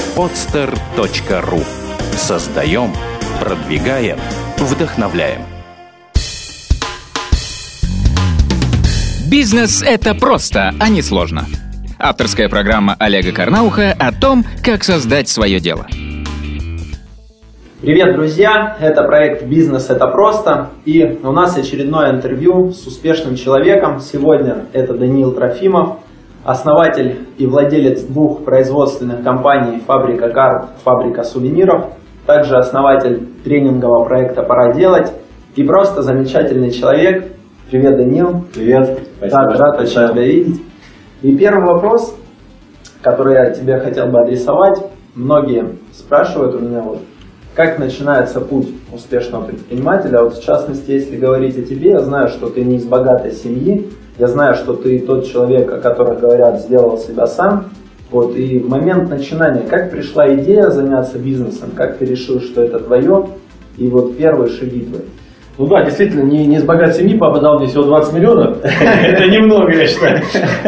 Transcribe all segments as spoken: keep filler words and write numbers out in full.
подстер точка ру. Создаем, продвигаем, вдохновляем. Бизнес – это просто, а не сложно. Авторская программа Олега Карнауха о том, как создать свое дело. Привет, друзья! Это проект «Бизнес – это просто». И у нас очередное интервью с успешным человеком. Сегодня это Даниил Трофимов, основатель и владелец двух производственных компаний «Фабрика карт», «Фабрика сувениров», также основатель тренингового проекта «Пора делать» и просто замечательный человек. Привет, Даниил. Привет. Спасибо. Рад, рад очень тебя видеть. И первый вопрос, который я тебе хотел бы адресовать. Многие спрашивают у меня, вот, как начинается путь успешного предпринимателя. Вот в частности, если говорить о тебе, я знаю, что ты не из богатой семьи. Я знаю, что ты тот человек, о котором говорят, сделал себя сам. Вот, и в момент начинания, как пришла идея заняться бизнесом, как ты решил, что это твое, и вот первые шаги твои. Ну да, действительно, не, не из богатой семьи, папа дал мне всего двадцать миллионов. Это немного, я считаю.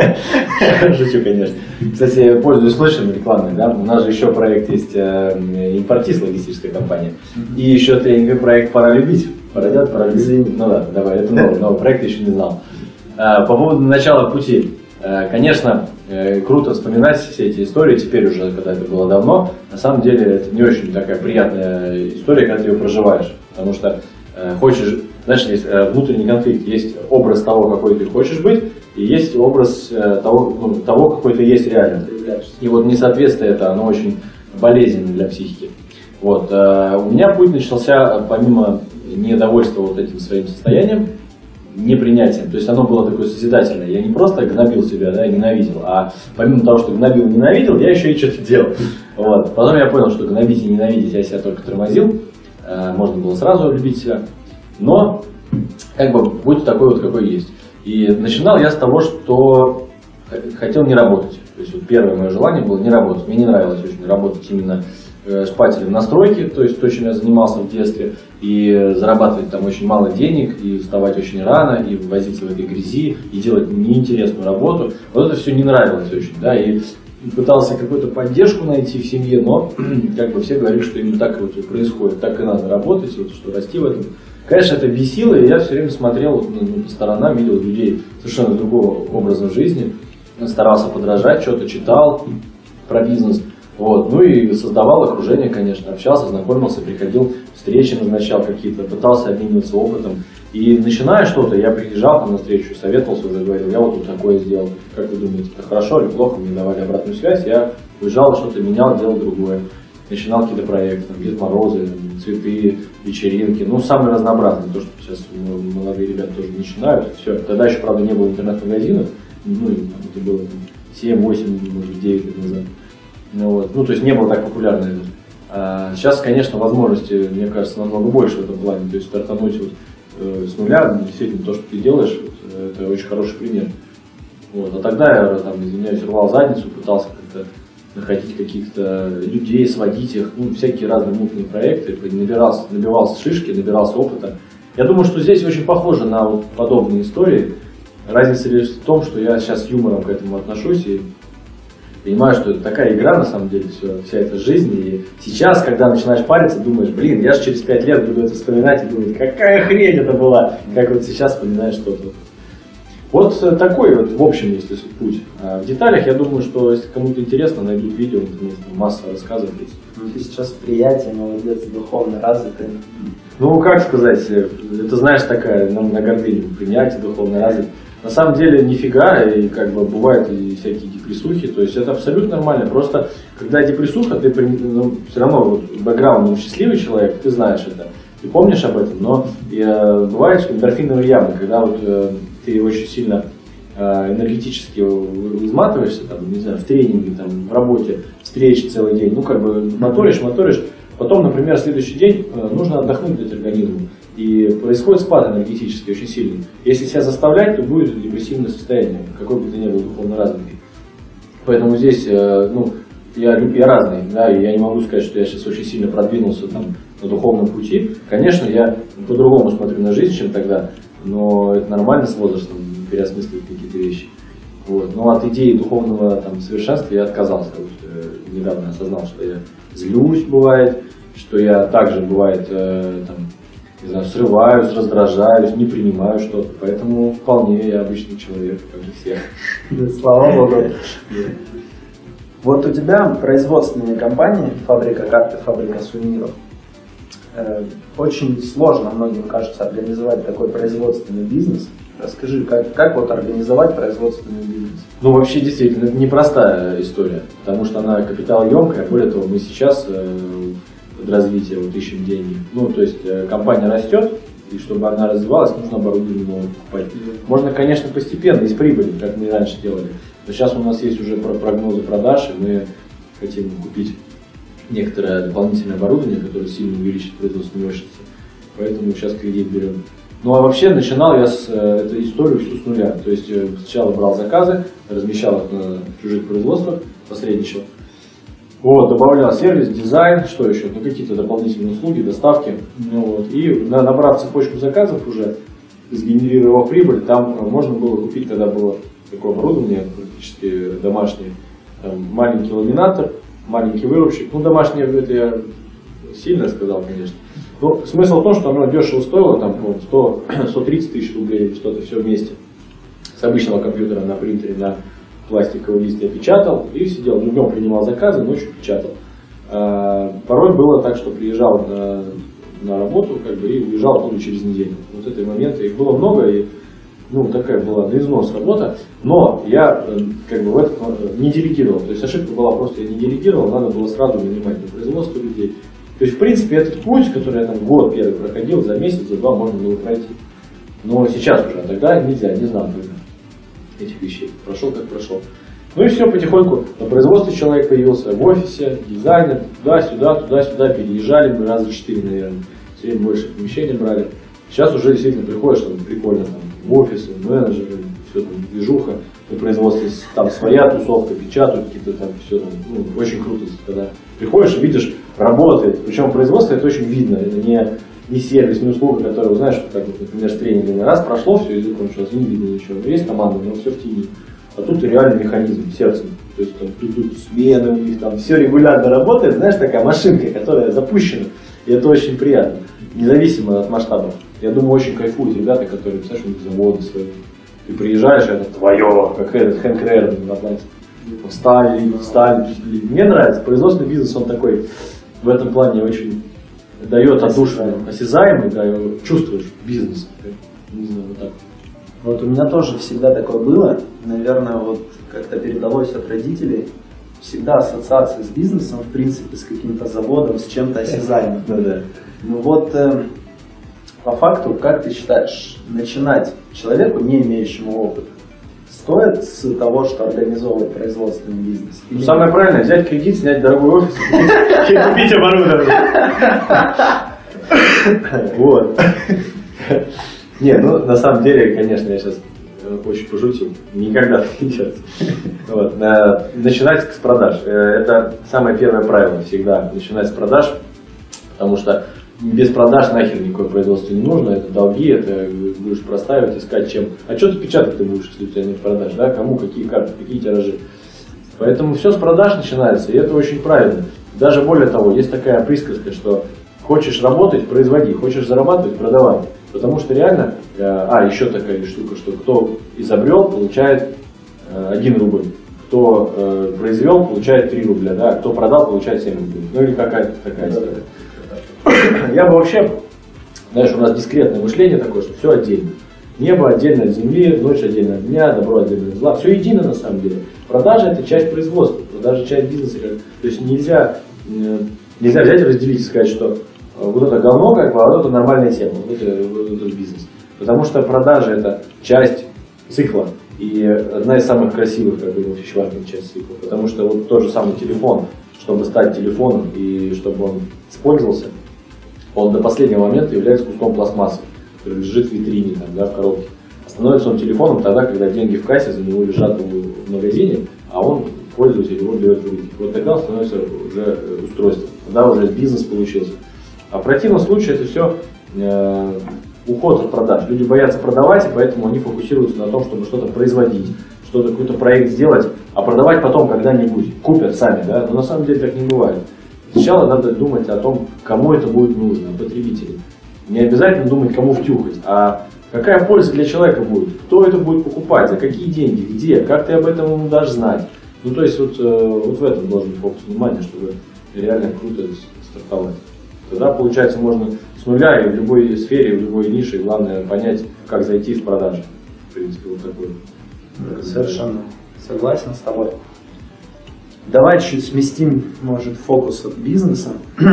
Шучу, конечно. Кстати, я пользуюсь случаем рекламной, да. У нас же еще проект есть «Импортист», логистическая компания. И еще тренинговый проект «Пора любить». Пора делать, пора любить. Ну да, давай, это новый, новый проект, еще не знал. По поводу начала пути. Конечно, круто вспоминать все эти истории, теперь уже, когда это было давно. На самом деле, это не очень такая приятная история, когда ты ее проживаешь. Потому что хочешь, знаешь, есть внутренний конфликт, есть образ того, какой ты хочешь быть, и есть образ того, ну, того какой ты есть реально. И вот несоответствие это, оно очень болезненно для психики. Вот. У меня путь начался помимо недовольства вот этим своим состоянием, непринятием. То есть оно было такое созидательное. Я не просто гнобил себя, да, ненавидел, а помимо того, что гнобил и ненавидел, я еще и что-то делал. Вот. Потом я понял, что гнобить и ненавидеть я себя только тормозил. Можно было сразу любить себя, но как бы будь такой вот, какой есть. И начинал я с того, что хотел не работать. То есть вот первое мое желание было не работать. Мне не нравилось очень работать именно шпателем на стройке, то есть то, чем я занимался в детстве, и зарабатывать там очень мало денег, и вставать очень рано, и возиться в этой грязи, и делать неинтересную работу. Вот это все не нравилось очень, да, и пытался какую-то поддержку найти в семье, но как бы все говорили, что именно так вот и происходит, так и надо работать, вот, что расти в этом. Конечно, это бесило, и я все время смотрел вот, ну, по сторонам, видел людей совершенно другого образа жизни, старался подражать, что-то читал про бизнес, вот, ну и создавал окружение, конечно, общался, знакомился, приходил, встречи назначал какие-то, пытался обмениваться опытом. И начиная что-то, я приезжал там на встречу, советовался, уже говорил, я вот тут такое сделал, как вы думаете, это хорошо или плохо, мне давали обратную связь, я уезжал, что-то менял, делал другое. Начинал какие-то проекты, там, Дед Морозы, цветы, вечеринки, ну, самые разнообразные, то, что сейчас молодые ребята тоже начинают, все. Тогда еще, правда, не было интернет-магазинов, ну, это было семь-восемь, может, девять лет назад. Ну, вот. Ну, то есть не было так популярно это. А сейчас, конечно, возможности, мне кажется, намного больше в этом плане, то есть стартануть вот с нуля, действительно, то, что ты делаешь, это очень хороший пример. Вот. А тогда я, там, извиняюсь, рвал задницу, пытался как-то находить каких-то людей, сводить их, ну, всякие разные мутные проекты, набирался, набивался шишки, набирался опыта. Я думаю, что здесь очень похоже на вот подобные истории. Разница лишь в том, что я сейчас с юмором к этому отношусь и понимаю, что это такая игра, на самом деле, все, вся эта жизнь. И сейчас, когда начинаешь париться, думаешь, блин, я же через пять лет буду это вспоминать и думать, какая хрень это была, как вот сейчас вспоминаешь что-то. Вот такой вот, в общем, есть путь. А в деталях, я думаю, что если кому-то интересно, найдут видео, в интернете, масса рассказов есть. Ну, ты сейчас приятие, молодец, духовно развитый. Ну, как сказать, это, знаешь, такая, на, на гордыню, принятие, духовно развитый. На самом деле нифига, и как бы бывают и всякие депрессухи, то есть это абсолютно нормально. Просто когда депрессуха, ты ну, все равно вот, бэкграунд счастливый человек, ты знаешь это, ты помнишь об этом, но э, бывает эндорфиновые ямы, когда вот э, ты очень сильно э, энергетически изматываешься, там, не знаю, в тренинге, там, в работе, встречи целый день, ну как бы моторишь, моторишь, потом, например, следующий день э, нужно отдохнуть от организма. И происходит спад энергетический очень сильный. Если себя заставлять, то будет депрессивное состояние, какой бы ты ни был духовно развитый. Поэтому здесь, ну, я, я разный, да, и я не могу сказать, что я сейчас очень сильно продвинулся там на духовном пути. Конечно, я по-другому смотрю на жизнь, чем тогда, но это нормально с возрастом переосмысливать какие-то вещи. Вот. Но от идеи духовного там, совершенства я отказался. Вот, недавно осознал, что я злюсь, бывает, что я также, бывает, э, там, не знаю, срываюсь, раздражаюсь, не принимаю что-то. Поэтому вполне я обычный человек, как и все. Да, слава богу. Вот у тебя производственные компании, фабрика карты, фабрика сувениров. Очень сложно, многим кажется, организовать такой производственный бизнес. Расскажи, как, как вот организовать производственный бизнес? Ну, вообще, действительно, это непростая история, потому что она капиталоемкая. Более того, мы сейчас э, под развитие вот, ищем деньги. Ну, то есть, э, компания растет, и чтобы она развивалась, нужно оборудование новое покупать. Можно, конечно, постепенно, из прибыли, как мы раньше делали. Но сейчас у нас есть уже прогнозы продаж, и мы хотим купить некоторое дополнительное оборудование, которое сильно увеличит производственную мощность. Поэтому сейчас кредит берем. Ну а вообще начинал я с, эту историю всю с нуля. То есть сначала брал заказы, размещал их на чужих производствах, посредничал. Вот, добавлял сервис, дизайн, что еще, ну какие-то дополнительные услуги, доставки. Ну, вот, и набрав цепочку заказов уже, сгенерировав прибыль, там можно было купить, тогда было такое оборудование, практически домашнее, там, маленький ламинатор, маленький вырубщик. Ну домашнее, это я сильно сказал, конечно. Но смысл в том, что оно дешево стоило, там сто сто тридцать тысяч рублей, что-то все вместе. С обычного компьютера на принтере, на пластиковый лист я печатал и сидел, днем принимал заказы, ночью печатал. А, порой было так, что приезжал на, на работу как бы, и уезжал оттуда через неделю. Вот эти моменты, их было много, и ну, такая была на износ работа, но я как бы в этот не делегировал. То есть ошибка была просто, я не делегировал, надо было сразу нанимать на производство людей. То есть, в принципе, этот путь, который я там год первый проходил, за месяц, за два можно было пройти. Но сейчас уже, а тогда нельзя, не знал тогда этих вещей. Прошел как прошел. Ну и все, потихоньку на производстве человек появился, в офисе, дизайнер, туда-сюда, туда-сюда, переезжали мы раза четыре, наверное. Все время больше помещения брали. Сейчас уже действительно приходишь, там прикольно, там, в офисы, менеджеры, все там, движуха, на производстве там своя тусовка, печатают какие-то там, все там, ну, очень круто, когда приходишь и видишь, работает, причем производство это очень видно, это не, не сервис, не услуга, которая, знаешь, как, например, с тренингами, раз прошло, все, язык кончилось, не видно ничего, но есть команда, но все в тени, а тут реальный механизм, сердцем, то есть там тут, тут смены у них, там все регулярно работает, знаешь, такая машинка, которая запущена, и это очень приятно, независимо от масштабов. Я думаю, очень кайфуют ребята, которые, представляешь, у них заводы свои. Ты приезжаешь, это твое, как этот Хэнк Рерн в Атланте. Сталь, сталь. Мне нравится, производственный бизнес, он такой, в этом плане очень дает отдушину, осязаемый, да, чувствуешь бизнес. Не знаю, вот так. Вот у меня тоже всегда такое было, наверное, вот как-то передалось от родителей, всегда ассоциация с бизнесом, в принципе, с каким-то заводом, с чем-то осязаемым. Ну вот, по факту, как ты считаешь, начинать человеку, не имеющему опыта, стоит с того, что организовывать производственный бизнес? Ну, самое правильное, взять кредит, снять дорогой офис и купить оборудование. Вот. Не, ну на самом деле, конечно, я сейчас очень пошутил, никогда не делать. Вот. Начинать с продаж. Это самое первое правило всегда, начинать с продаж, потому что без продаж нахер никакое производство не нужно, это долги, это будешь простаивать, искать чем. А что ты печатать ты будешь, если у тебя нет продаж, да? Кому, какие карты, какие тиражи. Поэтому все с продаж начинается, и это очень правильно. Даже более того, есть такая присказка, что хочешь работать, производи, хочешь зарабатывать, продавай. Потому что реально, а, еще такая штука, что кто изобрел, получает один рубль. Кто произвел, получает три рубля, да? Кто продал, получает семь рублей. Ну или какая-то такая история. Я бы вообще, знаешь, у нас дискретное мышление такое, что все отдельно. Небо отдельно от земли, ночь отдельно от дня, добро отдельно от зла. Все едино на самом деле. Продажа это часть производства, продажа часть бизнеса. То есть нельзя, нельзя взять и разделить и сказать, что вот это говно, как бы, а вот это нормальная тема, вот это, вот это бизнес. Потому что продажа это часть цикла. И одна из самых красивых, как бы, очень важных часть цикла. Потому что вот тот же самый телефон, чтобы стать телефоном и чтобы он использовался, он до последнего момента является куском пластмассы, который лежит в витрине, там, да, в коробке. А становится он телефоном тогда, когда деньги в кассе за него лежат в магазине, а он, пользователь, его берет в руки. Вот тогда он становится уже устройством, тогда уже бизнес получился. А в противном случае это все э, уход от продаж. Люди боятся продавать, и поэтому они фокусируются на том, чтобы что-то производить, что-то, какой-то проект сделать, а продавать потом когда-нибудь, купят сами, да, но на самом деле так не бывает. Сначала надо думать о том, кому это будет нужно, потребителю. Не обязательно думать, кому втюхать, а какая польза для человека будет, кто это будет покупать, за какие деньги, где, как ты об этом ему дашь знать. Ну, то есть, вот, вот в этом должен быть фокус внимания, чтобы реально круто стартовать. Тогда, получается, можно с нуля и в любой сфере, в любой нише, главное понять, как зайти в продажу. В принципе, вот такой. Совершенно согласен с тобой. Давай чуть сместим, может, фокус от бизнеса.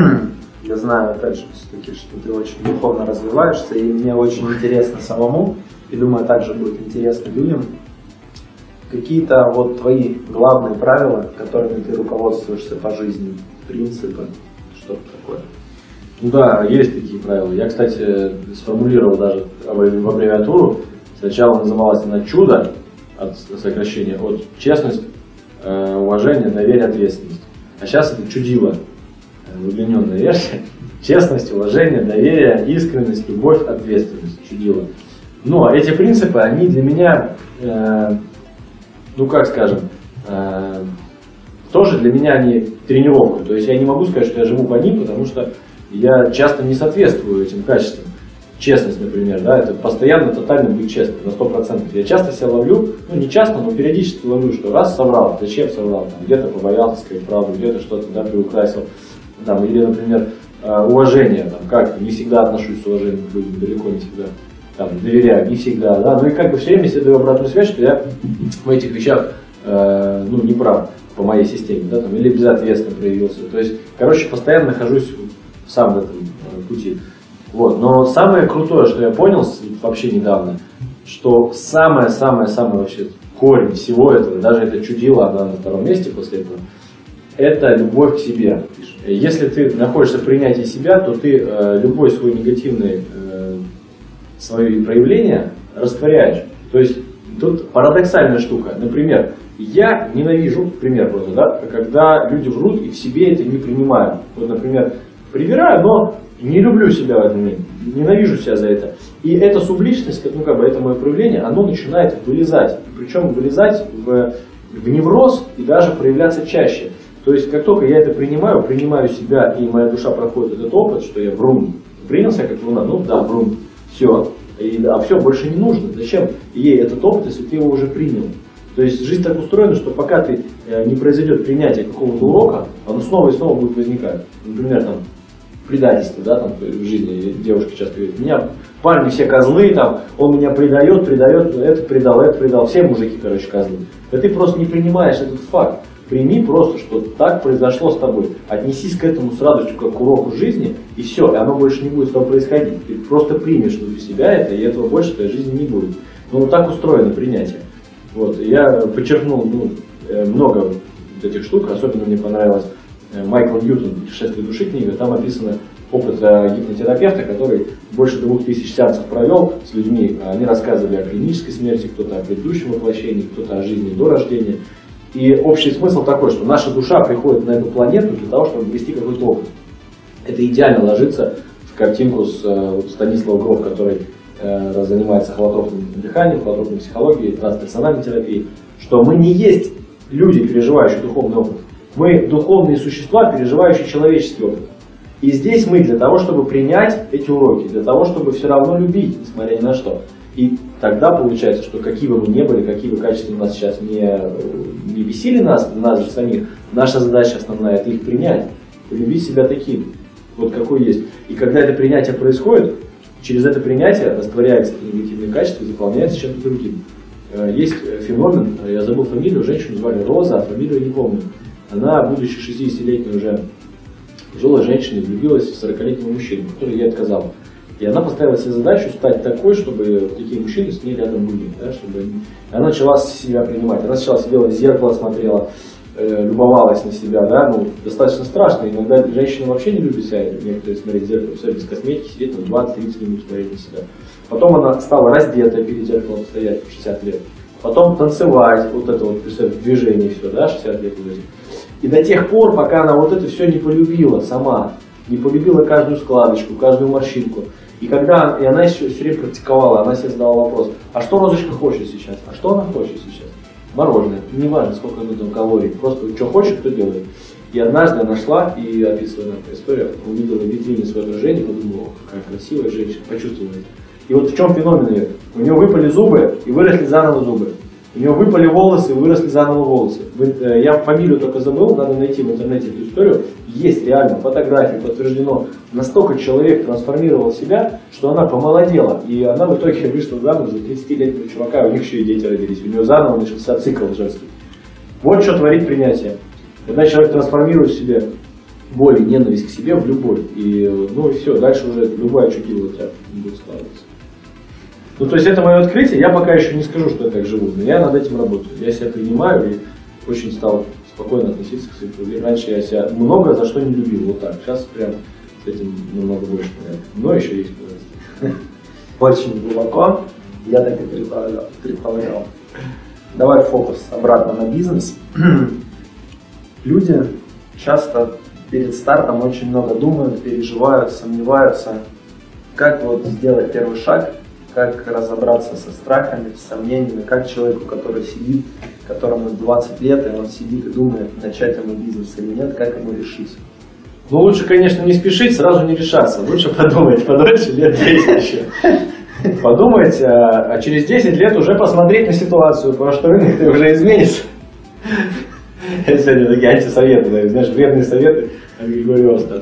Я знаю, опять же, все-таки, что ты очень духовно развиваешься, и мне очень интересно самому, и думаю, также будет интересно людям, какие-то вот твои главные правила, которыми ты руководствуешься по жизни, принципы, что-то такое. Ну да, есть такие правила. Я, кстати, сформулировал даже в аббревиатуру. Сначала называлась она «Чудо», от сокращения от честность, уважение, доверие, ответственность. А сейчас это «Чудило», удлиненная версия. Честность, уважение, доверие, искренность, любовь, ответственность. Чудило. Но эти принципы, они для меня, э, ну как скажем, э, тоже для меня они тренировка. То есть я не могу сказать, что я живу по ним, потому что я часто не соответствую этим качествам. Честность, например, да, это постоянно, тотально быть честным, на сто процентов. Я часто себя ловлю, ну не часто, но периодически ловлю, что раз соврал, зачем соврал, там, где-то побоялся сказать правду, где-то что-то, да, приукрасил. Там, или, например, уважение, там, как не всегда отношусь с уважением к людям, далеко не всегда, там, доверяю, не всегда, да, ну и как бы все время себе даю обратную связь, что я в этих вещах, э, ну, не прав по моей системе, да, там, или безответственно проявился, то есть, короче, постоянно нахожусь сам в этом э, пути, вот, но самое крутое, что я понял вообще недавно, что самое-самое-самое вообще корень всего этого, даже это чудило, она на втором месте после этого, это любовь к себе. Если ты находишься в принятии себя, то ты э, любой свой негативный э, свои проявления растворяешь. То есть тут парадоксальная штука. Например, я ненавижу, пример просто, да, когда люди врут и в себе это не принимают. Вот, например, привираю, но не люблю себя в этом моменте, ненавижу себя за это. И эта субличность, ну как бы это мое проявление, оно начинает вылезать. Причем вылезать в, в невроз и даже проявляться чаще. То есть, как только я это принимаю, принимаю себя, и моя душа проходит этот опыт, что я врун, принял себя как вруна, ну да, врун, все, и, а все, больше не нужно. Зачем ей этот опыт, если ты его уже принял? То есть, жизнь так устроена, что пока ты э, не произойдет принятие какого-то урока, оно снова и снова будет возникать. Например, там, предательство, да, там, в жизни девушки часто говорят, меня парни все козлы, там, он меня предает, предает, это предал, это предал, все мужики, короче, козлы. Да ты просто не принимаешь этот факт. Прими просто, что так произошло с тобой. Отнесись к этому с радостью, как к уроку жизни, и все, и оно больше не будет с тобой происходить. Ты просто примешь внутри себя это, и этого больше в твоей жизни не будет. Но вот так устроено принятие. Вот, я подчеркнул ну, много вот этих штук, особенно мне понравилось Майкл Ньютон «Путешествие души» книга, там описано опыт гипнотерапевта, который больше двух тысяч сеансов провел с людьми. Они рассказывали о клинической смерти, кто-то о предыдущем воплощении, кто-то о жизни до рождения. И общий смысл такой, что наша душа приходит на эту планету для того, чтобы ввести какой-то опыт. Это идеально ложится в картинку с вот, Станислав Гров, который э, занимается холотропным дыханием, холотропной психологией, трансперсональной терапией, что мы не есть люди, переживающие духовный опыт. Мы духовные существа, переживающие человеческий опыт. И здесь мы для того, чтобы принять эти уроки, для того, чтобы все равно любить, несмотря ни на что. И тогда получается, что какие бы мы ни были, какие бы качества у нас сейчас не, не бесили нас, нас же самих, наша задача основная – это их принять, полюбить себя таким, вот какой есть. И когда это принятие происходит, через это принятие растворяются негативные качества и заполняется чем-то другим. Есть феномен, я забыл фамилию, женщину звали Роза, а фамилию не помню. Она, будучи шестидесятилетней уже пожилой женщиной, влюбилась в сорокалетнего мужчину, который ей отказал. И она поставила себе задачу стать такой, чтобы такие мужчины с ней рядом были. Да, чтобы... Она начала себя принимать. Она сначала сидела в зеркало, смотрела, э, любовалась на себя. Да, ну, достаточно страшно. Иногда женщины вообще не любят себя, некоторые смотреть в зеркало, все без косметики, сидеть на двадцать-тридцать минут смотреть на себя. Потом она стала раздетая перед зеркалом стоять в шестьдесят лет. Потом танцевать, вот это вот, представь, движение все, да, шестьдесят лет уже. И до тех пор, пока она вот это все не полюбила сама, не полюбила каждую складочку, каждую морщинку. И когда и она еще все время практиковала, она себе задала вопрос, а что Розочка хочет сейчас? А что она хочет сейчас? мороженое, неважно, сколько оно там калорий, просто что хочет, то делает. И однажды она шла и описывала эта история, увидела в витрине свое отражение, подумала, какая красивая женщина, почувствовала это. И вот в чем феномен ее? У нее выпали зубы и выросли заново зубы. У нее выпали волосы и выросли заново волосы. Я фамилию только забыл, надо найти в интернете эту историю. Есть реально фотографии, подтверждено. Настолько человек трансформировал себя, что она помолодела. И она в итоге вышла замуж за тридцатилетнего чувака, у них еще и дети родились. У нее заново начался цикл женский. Вот что творит принятие. Когда человек трансформирует в себе боль и ненависть к себе в любовь. И ну и все, дальше уже любое чудило у тебя будет складываться. Ну, то есть это мое открытие, я пока еще не скажу, что я так живу, но я над этим работаю. Я себя принимаю и очень стал спокойно относиться к своим проблемам. Раньше я себя много за что не любил, вот так. Сейчас прям с этим намного больше порядка. Но еще есть пожалуйста. Очень глубоко, я так и предполагал. предполагал. Давай фокус обратно на бизнес. Люди часто перед стартом очень много думают, переживают, сомневаются. Как вот сделать первый шаг? Как разобраться со страхами, с сомнениями, как человеку, который сидит, которому двадцать лет, и он сидит и думает, начать ему бизнес или нет, как ему решиться? Ну, лучше, конечно, не спешить, сразу не решаться. Лучше подумать, подольше, лет десять еще. Подумать, а, а через десять лет уже посмотреть на ситуацию, потому что рынок уже изменится. Это сегодня такие антисоветы, знаешь, вредные советы от Григория Остапа.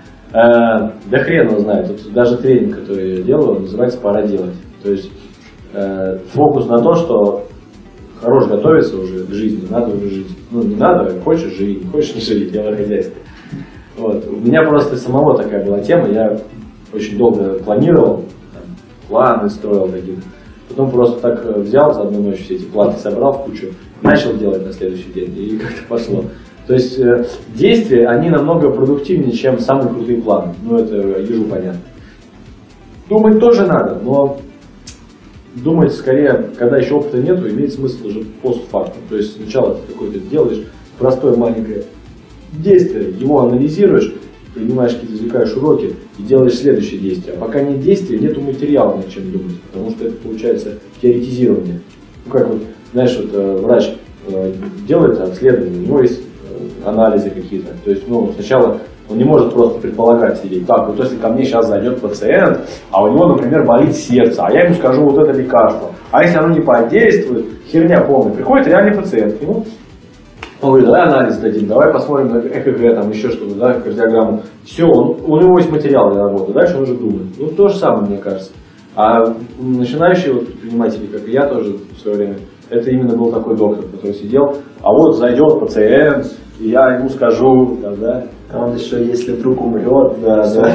А, да хрен его знает, тут даже тренинг, который я делаю, называется «Пора делать». То есть э, фокус на то, что хорош готовиться уже к жизни, надо уже жить. Ну не надо, хочешь живи, не хочешь не живи, делай хозяйство. Вот. У меня просто самого такая была тема, я очень долго планировал, там, планы строил такие. Потом просто так взял за одну ночь все эти планы, собрал в кучу, начал делать на следующий день, и как-то пошло. То есть э, действия, они намного продуктивнее, чем самые крутые планы. Ну, это ежу понятно. Думать тоже надо, но думать скорее, когда еще опыта нету, имеет смысл уже постфактум. То есть сначала ты какое-то делаешь простое маленькое действие, его анализируешь, принимаешь какие-то, извлекаешь уроки и делаешь следующее действие. А пока нет действия, нету материала, над чем думать, потому что это получается теоретизирование. Ну, как вот, знаешь, вот э, врач э, делает обследование, у него есть анализы какие-то. То есть, ну, сначала он не может просто предполагать сидеть. Так, вот если ко мне сейчас зайдет пациент, а у него, например, болит сердце, а я ему скажу вот это лекарство. А если оно не подействует, херня полная. Приходит реальный пациент к нему, он говорит, давай анализ дадим, давай посмотрим на ЭКГ, там еще что-то, да, кардиограмму. Все, он, у него есть материал для работы, дальше он уже думает. Ну, то же самое, мне кажется. А начинающие вот предприниматели, как и я тоже в свое время, это именно был такой доктор, который сидел, а вот зайдет пациент, и я ему скажу, там, да. А он еще, если вдруг умрет, да, да,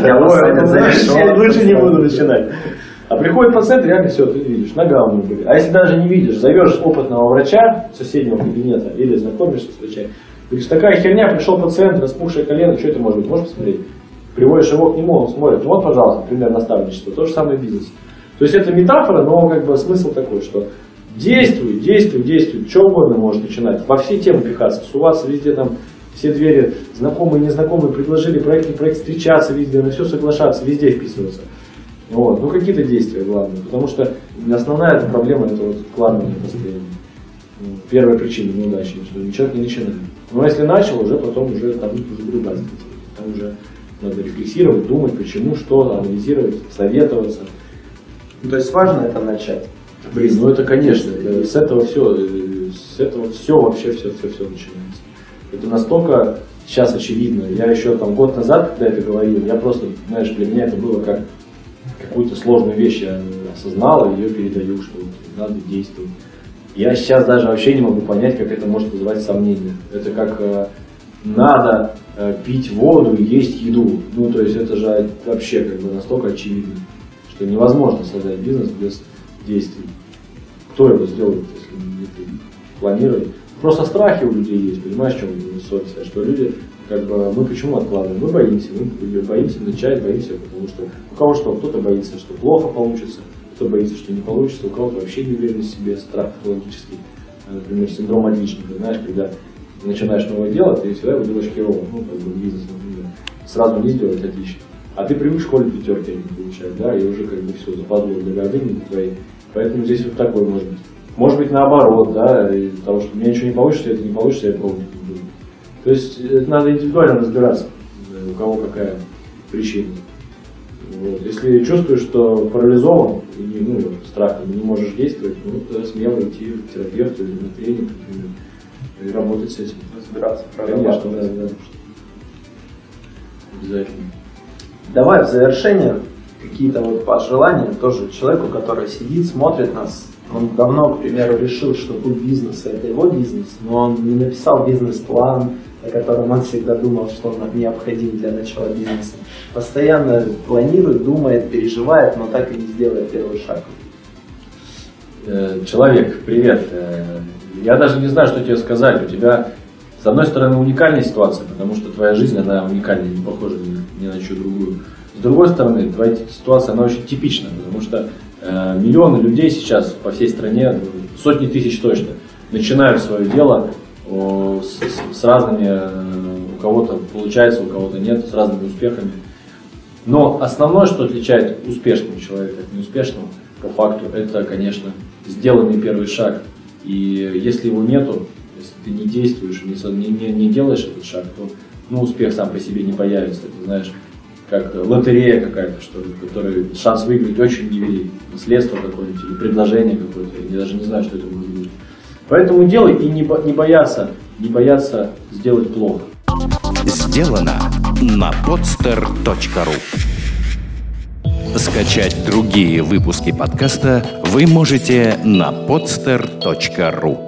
да, лучше не буду начинать. А приходит пациент, реально все, ты видишь, нога у него болит. А если даже не видишь, зовешь опытного врача соседнего кабинета или знакомишься с врачом, говоришь, такая херня, пришел пациент, распухшее колено, что это может быть, можешь посмотреть? Приводишь его к нему, он смотрит, вот, пожалуйста, пример наставничества, то же самое бизнес. То есть это метафора, но как бы смысл такой, что действуй, действуй, действуй, что угодно можешь начинать, во все темы пихаться, суваться везде там, все двери, знакомые, незнакомые, предложили проект, не проект, встречаться везде, на все соглашаться, везде вписываться. Вот. Ну какие-то действия главные, потому что основная эта проблема это вот откладывание постоянно. Первая причина неудачи, что ничего не начинает. Но если начал, уже потом уже там уже другая стратегия. Там уже надо рефлексировать, думать, почему, что, анализировать, советоваться. Ну, то есть важно это начать. Блин, ну это конечно, это, с этого все, с этого все вообще все, все, все начинается. Это настолько сейчас очевидно. Я еще там год назад, когда это говорил, я просто, знаешь, для меня это было как какую-то сложную вещь я осознал и ее передаю, что надо действовать. Я сейчас даже вообще не могу понять, как это может вызывать сомнения. Это как э, надо э, пить воду и есть еду. Ну, то есть это же вообще как бы настолько очевидно, что невозможно создать бизнес без действий. Кто его сделает, если не ты планируешь? Просто страхи у людей есть, понимаешь, в чем совесть? Что люди, как бы, мы почему откладываем? Мы боимся, мы боимся начать, боимся, потому что у кого что, кто-то боится, что плохо получится, кто боится, что не получится, у кого-то вообще не уверенность в себе, страх патологический, например, синдром отличника, знаешь, когда начинаешь новое дело, ты всегда его делаешь херово, ну, как бы бизнес, например, сразу не сделать отлично. А ты привык в школе пятерки не получать, да, и уже как бы все, западло для гордыни твоей. Поэтому здесь вот такой может быть Может быть, наоборот, да, из-за того, что у меня ничего не получится, это не получится, я пробовать не буду. То есть это надо индивидуально разбираться, у кого какая причина. Вот. Если чувствуешь, что парализован, и, ну, страх, не можешь действовать, ну, тогда смело идти к терапевту или на тренинг, например, и работать с этим. Разбираться, конечно, да, да. Обязательно. Давай в завершение какие-то вот пожелания тоже человеку, который сидит, смотрит нас. Он давно, к примеру, решил, что путь бизнеса – это его бизнес, но он не написал бизнес-план, о котором он всегда думал, что он необходим для начала бизнеса. Постоянно планирует, думает, переживает, но так и не сделает первый шаг. Человек, привет. Я даже не знаю, что тебе сказать. У тебя, с одной стороны, уникальная ситуация, потому что твоя жизнь, она уникальная, не похожа ни, ни на чью другую. С другой стороны, твоя ситуация, она очень типична, потому что э, миллионы людей сейчас по всей стране, сотни тысяч точно, начинают свое дело о, с, с, с разными, э, у кого-то получается, у кого-то нет, с разными успехами. Но основное, что отличает успешного человека от неуспешного, по факту, это, конечно, сделанный первый шаг. И если его нету, если ты не действуешь, не, не, не делаешь этот шаг, то ну, успех сам по себе не появится. Ты знаешь, как лотерея какая-то, что ли, в которой шанс выиграть очень невелик. Наследство какое-нибудь или предложение какое-то. Я даже не знаю, что это может быть. Поэтому делай и не, бо- не бояться, не бояться сделать плохо. Сделано на podster точка ру. Скачать другие выпуски подкаста вы можете на podster точка ру.